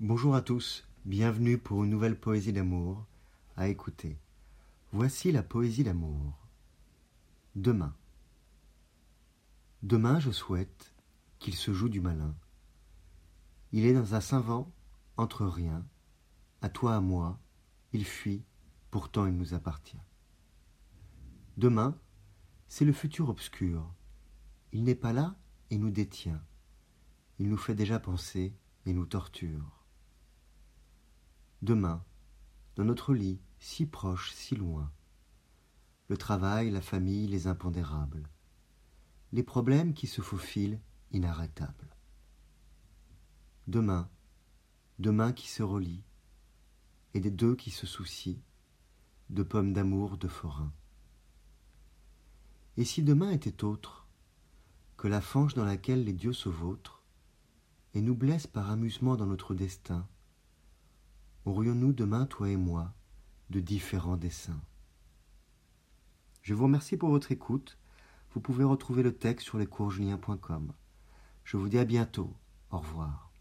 Bonjour à tous, bienvenue pour une nouvelle poésie d'amour à écouter. Voici la poésie d'amour. Demain. Demain, je souhaite qu'il se joue du malin. Il est dans un savant entre rien. À toi, à moi, il fuit, pourtant il nous appartient. Demain, c'est le futur obscur. Il n'est pas là et nous détient. Il nous fait déjà penser et nous torture. Demain, dans notre lit, si proche, si loin, le travail, la famille, les impondérables, les problèmes qui se faufilent inarrêtables. Demain, demain qui se relie, et des deux qui se soucient, de pommes d'amour, de forains. Et si demain était autre, que la fange dans laquelle les dieux se vautrent, et nous blessent par amusement dans notre destin, aurions-nous demain, toi et moi, de différents dessins? Je vous remercie pour votre écoute. Vous pouvez retrouver le texte sur lescoursjulien.com. Je vous dis à bientôt. Au revoir.